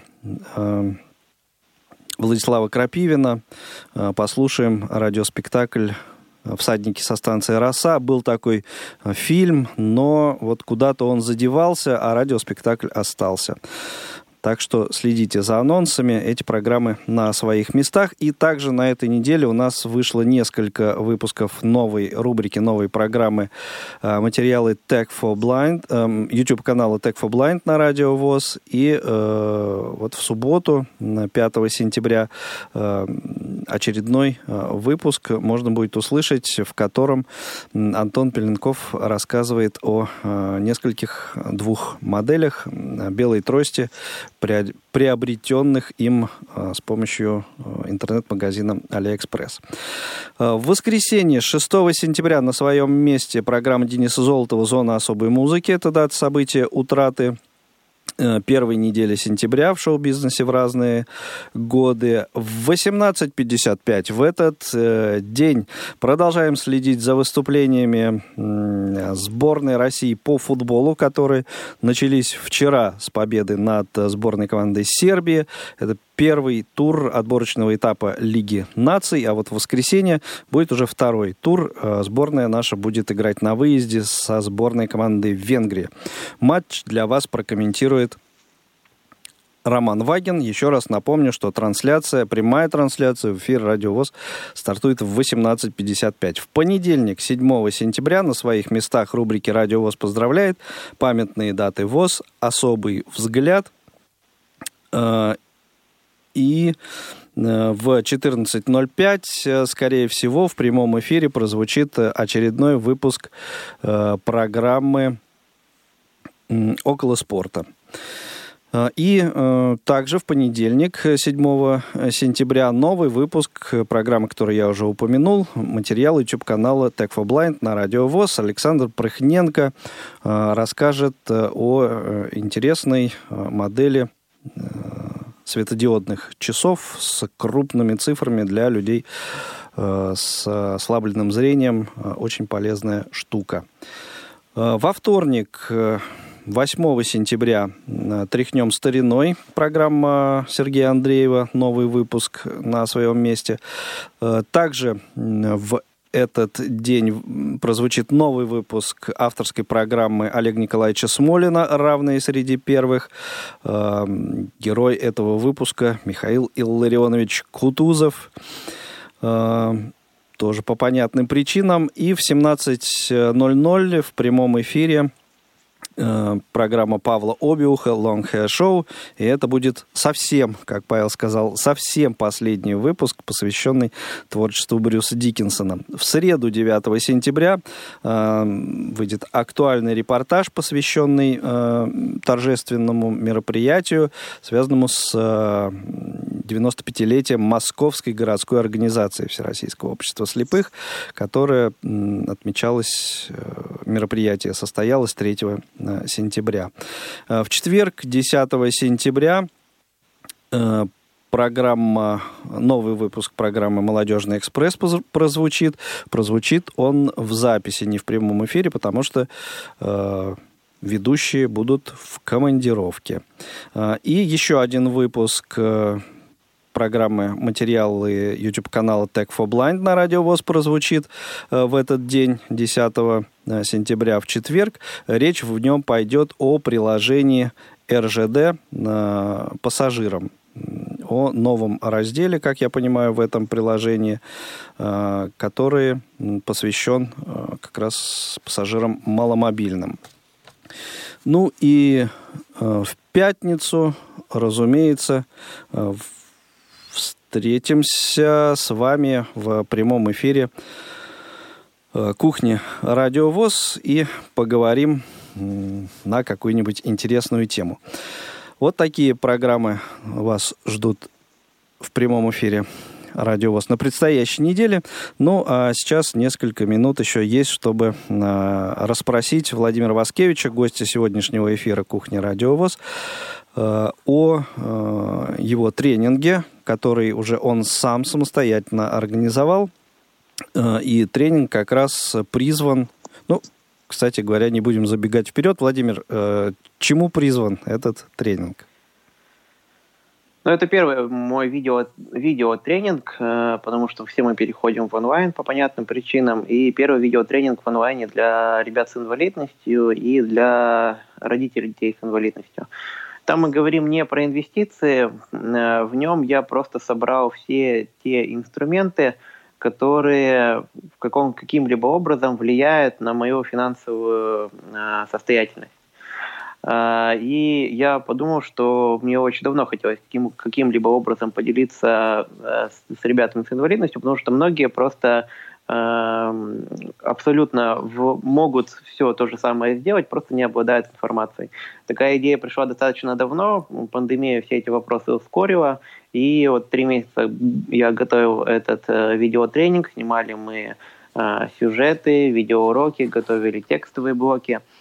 Владислава Крапивина. Послушаем радиоспектакль «Всадники со станции Роса». Был такой фильм, но вот куда-то он задевался, а радиоспектакль остался. Так что следите за анонсами. Эти программы на своих местах. И также на этой неделе у нас вышло несколько выпусков новой рубрики, новой программы, материалы Tech for Blind, YouTube-канала Tech for Blind на Радио ВОС. И э, вот в субботу, пятого сентября, э, очередной выпуск можно будет услышать, в котором Антон Пеленков рассказывает о э, нескольких двух моделях белой трости, приобретенных им с помощью интернет-магазина Алиэкспресс. В воскресенье, шестого сентября, на своем месте программа Дениса Золотова «Зона особой музыки». Это дата события утраты первой недели сентября в шоу-бизнесе в разные годы. В восемнадцать пятьдесят пять в этот э, день продолжаем следить за выступлениями э, сборной России по футболу, которые начались вчера с победы над сборной командой Сербии. Это первый тур отборочного этапа Лиги наций, а вот в воскресенье будет уже второй тур. Сборная наша будет играть на выезде со сборной командой Венгрии. Матч для вас прокомментирует Роман Вагин. Еще раз напомню, что трансляция, прямая трансляция в эфир Радио ВОС стартует в восемнадцать пятьдесят пять. В понедельник, седьмого сентября, на своих местах рубрики «Радио ВОС поздравляет», памятные даты ВОС, особый взгляд. И в четырнадцать ноль пять, скорее всего, в прямом эфире прозвучит очередной выпуск программы «Около спорта». И также в понедельник, седьмого сентября, новый выпуск программы, которую я уже упомянул, материал YouTube-канала Tech for Blind на Радио ВОС. Александр Прыхненко расскажет о интересной модели светодиодных часов с крупными цифрами для людей э, с ослабленным зрением. Очень полезная штука. Э, во вторник, восьмого сентября, «Тряхнем стариной». Программа Сергея Андреева. Новый выпуск на своем месте. Э, также в этот день прозвучит новый выпуск авторской программы Олега Николаевича Смолина «Равные среди первых». Э, герой этого выпуска Михаил Илларионович Кутузов. Э, тоже по понятным причинам. И в семнадцать ноль ноль в прямом эфире программа Павла Обиуха «Long Hair Show». И это будет совсем, как Павел сказал, совсем последний выпуск, посвященный творчеству Брюса Диккенсона. В среду, девятого сентября, э, выйдет актуальный репортаж, посвященный э, торжественному мероприятию, связанному с э, девяносто пятилетием Московской городской организации Всероссийского общества слепых, которое э, отмечалось, э, мероприятие состоялось третьего сентября. В четверг, десятого сентября, программа, новый выпуск программы «Молодежный экспресс» прозвучит. Прозвучит он в записи, не в прямом эфире, потому что э, ведущие будут в командировке. И еще один выпуск программы, материалы YouTube-канала Tech for Blind на Радио ВОС прозвучит в этот день, десятого сентября, в четверг. Речь в нем пойдет о приложении эр жэ дэ пассажирам. О новом разделе, как я понимаю, в этом приложении, который посвящен как раз пассажирам маломобильным. Ну и в пятницу, разумеется, в встретимся с вами в прямом эфире кухни Радио ВОС и поговорим на какую-нибудь интересную тему. Вот такие программы вас ждут в прямом эфире Радио ВОС на предстоящей неделе. Ну, а сейчас несколько минут еще есть, чтобы расспросить Владимира Васкевича, гостя сегодняшнего эфира кухни Радио ВОС, о его тренинге, который уже он сам самостоятельно организовал. И тренинг как раз призван... Ну, кстати говоря, не будем забегать вперед. Владимир, чему призван этот тренинг? Ну, это первый мой видео, видеотренинг, потому что все мы переходим в онлайн по понятным причинам. И первый видеотренинг в онлайне для ребят с инвалидностью и для родителей детей с инвалидностью. Там мы говорим не про инвестиции, в нем я просто собрал все те инструменты, которые в каком, каким-либо образом влияют на мою финансовую состоятельность. И я подумал, что мне очень давно хотелось каким, каким-либо образом поделиться с, с ребятами с инвалидностью, потому что многие просто э, абсолютно в, могут все то же самое сделать, просто не обладают информацией. Такая идея пришла достаточно давно, пандемия все эти вопросы ускорила, и вот три месяца я готовил этот э, видеотренинг, снимали мы э, сюжеты, видеоуроки, готовили текстовые блоки.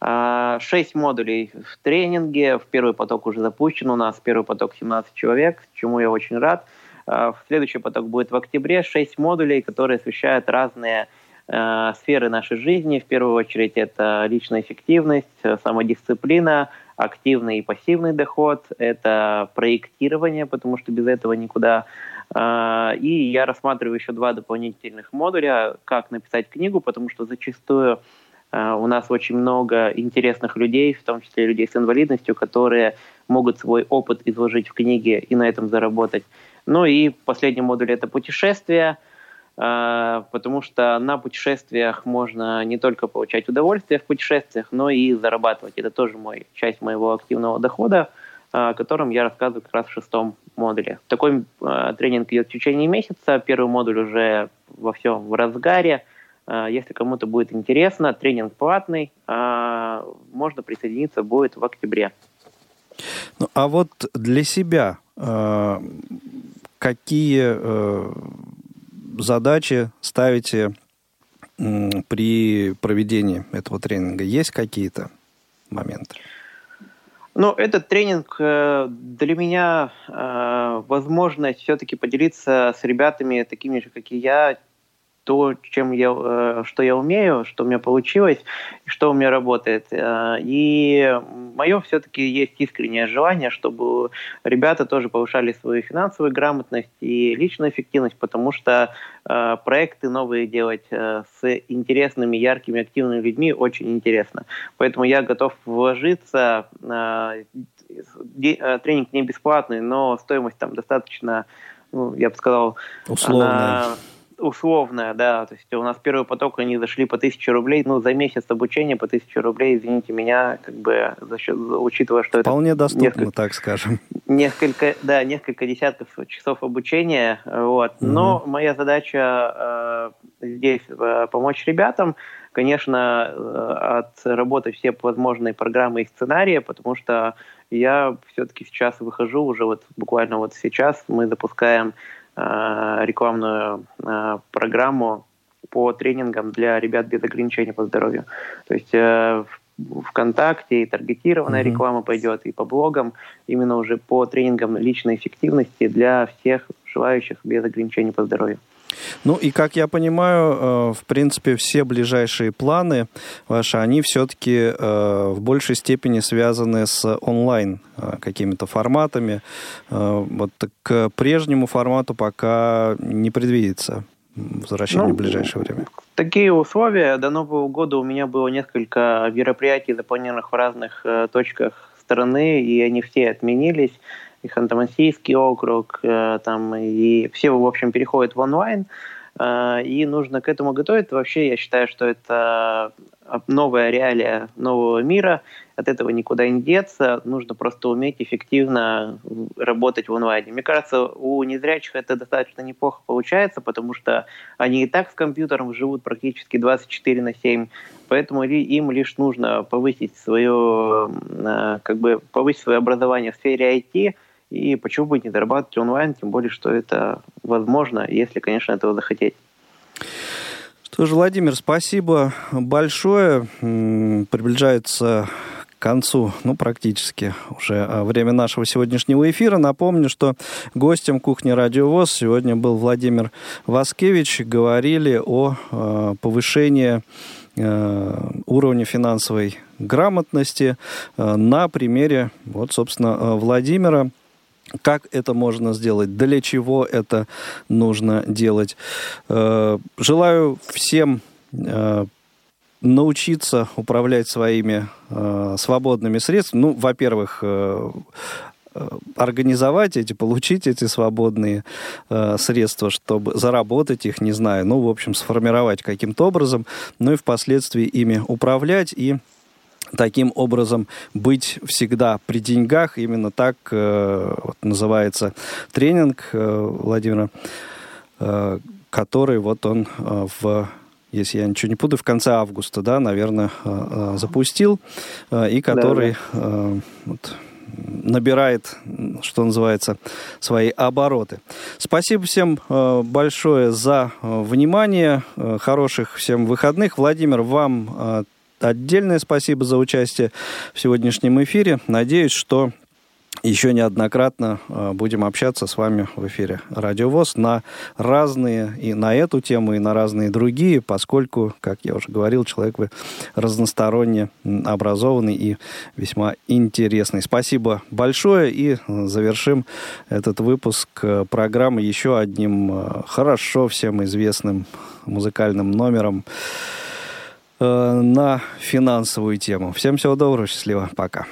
Шесть модулей в тренинге. В первый поток уже запущен у нас. Первый поток семнадцать человек, чему я очень рад. Следующий поток будет в октябре. Шесть модулей, которые освещают разные э, сферы нашей жизни. В первую очередь это личная эффективность, самодисциплина, активный и пассивный доход. Это проектирование, потому что без этого никуда. Э, и я рассматриваю еще два дополнительных модуля. Как написать книгу, потому что зачастую э, у нас очень много интересных людей, в том числе людей с инвалидностью, которые могут свой опыт изложить в книге и на этом заработать. Ну и последний модуль – это путешествия, потому что на путешествиях можно не только получать удовольствие в путешествиях, но и зарабатывать. Это тоже мой, часть моего активного дохода, о котором я рассказываю как раз в шестом модуле. Такой тренинг идет в течение месяца. Первый модуль уже во всем в разгаре. Если кому-то будет интересно, тренинг платный, можно присоединиться будет в октябре. Ну, а вот для себя э, какие э, задачи ставите э, при проведении этого тренинга? Есть какие-то моменты? Ну, этот тренинг э, для меня э, возможность все-таки поделиться с ребятами такими же, как и я, то, чем я, что я умею, что у меня получилось, что у меня работает. И мое все-таки есть искреннее желание, чтобы ребята тоже повышали свою финансовую грамотность и личную эффективность, потому что проекты новые делать с интересными, яркими, активными людьми очень интересно. Поэтому я готов вложиться. Тренинг не бесплатный, но стоимость там достаточно, ну, я бы сказал, условная. Она... Условная, да. То есть у нас первый поток, они зашли по тысяче рублей. Ну, за месяц обучения по тысяче рублей, извините меня, как бы, за счет, учитывая, что вполне это... Вполне доступно, несколько, так скажем. Несколько, да, несколько десятков часов обучения. Вот. Mm-hmm. Но моя задача э, здесь э, помочь ребятам. Конечно, э, отработать все возможные программы и сценарии, потому что я все-таки сейчас выхожу, уже вот буквально вот сейчас мы запускаем рекламную э, программу по тренингам для ребят без ограничений по здоровью. То есть э, в ВКонтакте и таргетированная mm-hmm. реклама пойдет, и по блогам, именно уже по тренингам личной эффективности для всех желающих без ограничений по здоровью. Ну и, как я понимаю, в принципе, все ближайшие планы ваши, они все-таки в большей степени связаны с онлайн какими-то форматами. Вот к прежнему формату пока не предвидится возвращение ну, в ближайшее время. Такие условия. До Нового года у меня было несколько мероприятий, запланированных в разных точках страны, и они все отменились. И Ханты-Мансийский округ, э, там, и все, в общем, переходят в онлайн, э, и нужно к этому готовиться. Вообще, я считаю, что это новая реалия нового мира, от этого никуда не деться, нужно просто уметь эффективно работать в онлайне. Мне кажется, у незрячих это достаточно неплохо получается, потому что они и так с компьютером живут практически двадцать четыре на семь, поэтому им лишь нужно повысить свое, как бы, повысить свое образование в сфере ай ти, и почему бы не зарабатывать онлайн, тем более, что это возможно, если, конечно, этого захотеть. Что ж, Владимир, спасибо большое. Приближается к концу, ну, практически уже время нашего сегодняшнего эфира. Напомню, что гостем кухни Радио ВОС сегодня был Владимир Васкевич. Говорили о э, повышении э, уровня финансовой грамотности э, на примере, вот, собственно, Владимира. Как это можно сделать? Для чего это нужно делать? Желаю всем научиться управлять своими свободными средствами. Ну, во-первых, организовать эти, получить эти свободные средства, чтобы заработать их, не знаю, ну, в общем, сформировать каким-то образом, ну и впоследствии ими управлять и таким образом быть всегда при деньгах. Именно так э, вот, называется тренинг э, Владимира, э, который вот он э, в, если я ничего не путаю, в конце августа, да, наверное, э, э, запустил, э, и который э, вот, набирает, что называется, свои обороты. Спасибо всем э, большое за э, внимание. Э, хороших всем выходных. Владимир, вам э, отдельное спасибо за участие в сегодняшнем эфире. Надеюсь, что еще неоднократно будем общаться с вами в эфире Радио ВОС на разные, и на эту тему, и на разные другие, поскольку, как я уже говорил, человек вы разносторонне образованный и весьма интересный. Спасибо большое, и завершим этот выпуск программы еще одним хорошо всем известным музыкальным номером на финансовую тему. Всем всего доброго, счастливо, пока.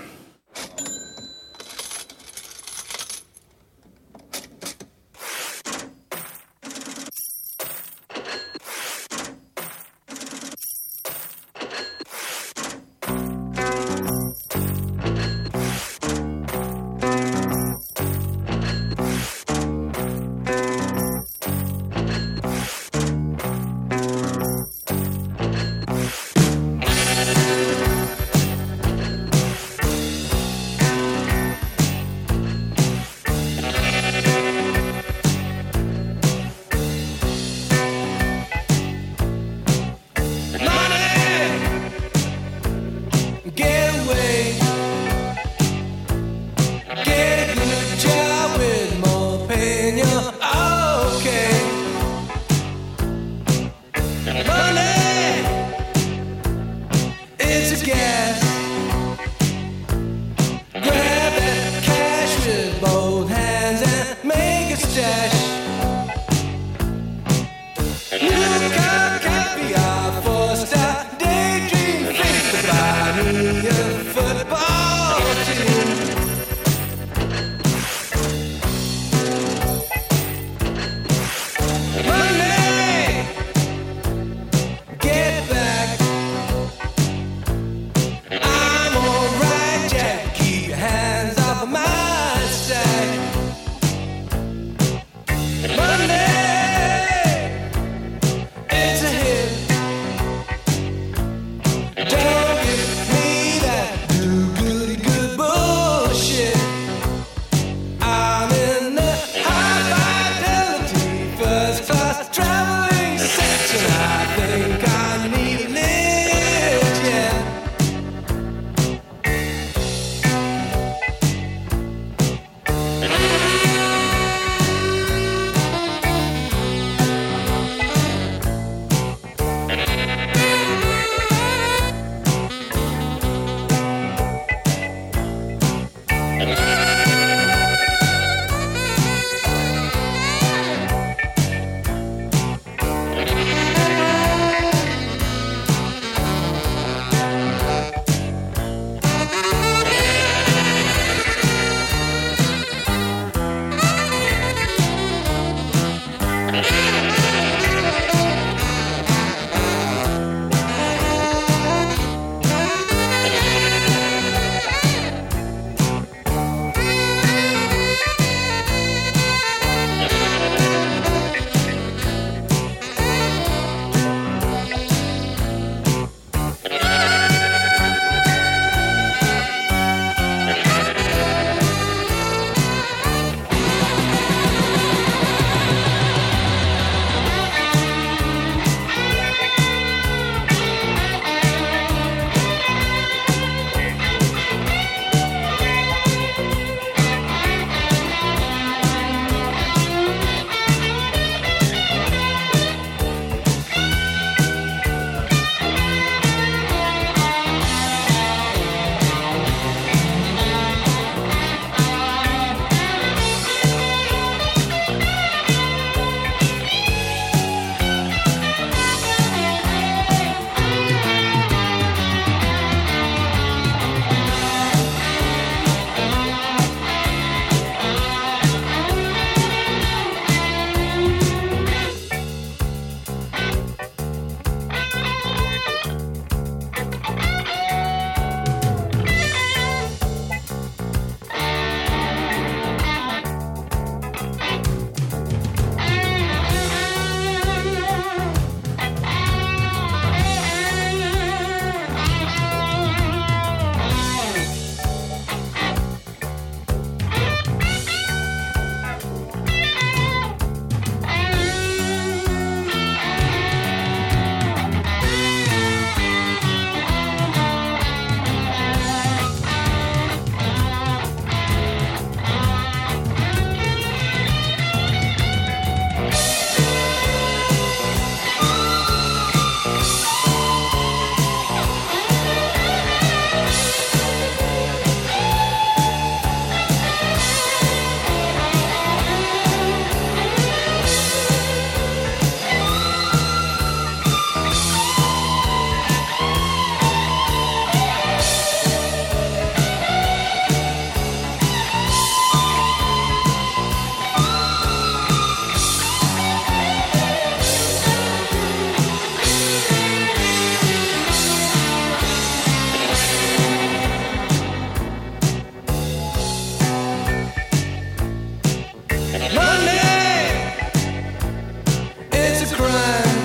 Money, it's a crime.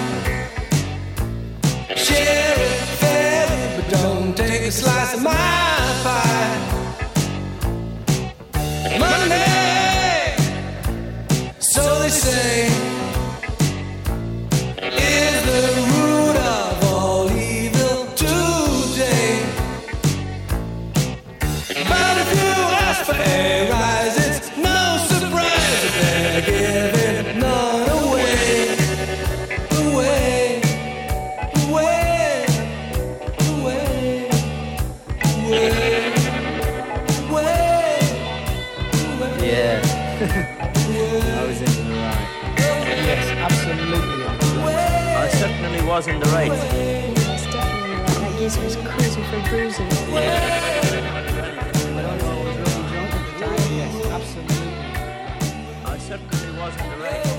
Share it fairly, but don't take a slice of my pie. Money, so they say, is the root of all evil today. But if you ask for a rise, it's no surprise that they're giving none away. Away, away, away, away, away, away. Yeah. I was in the right. Yes, absolutely. I certainly was in the right. Yes, definitely in the right. That geezer was cruising for a bruising. Yeah. Yes, absolutely. I certainly was in the right.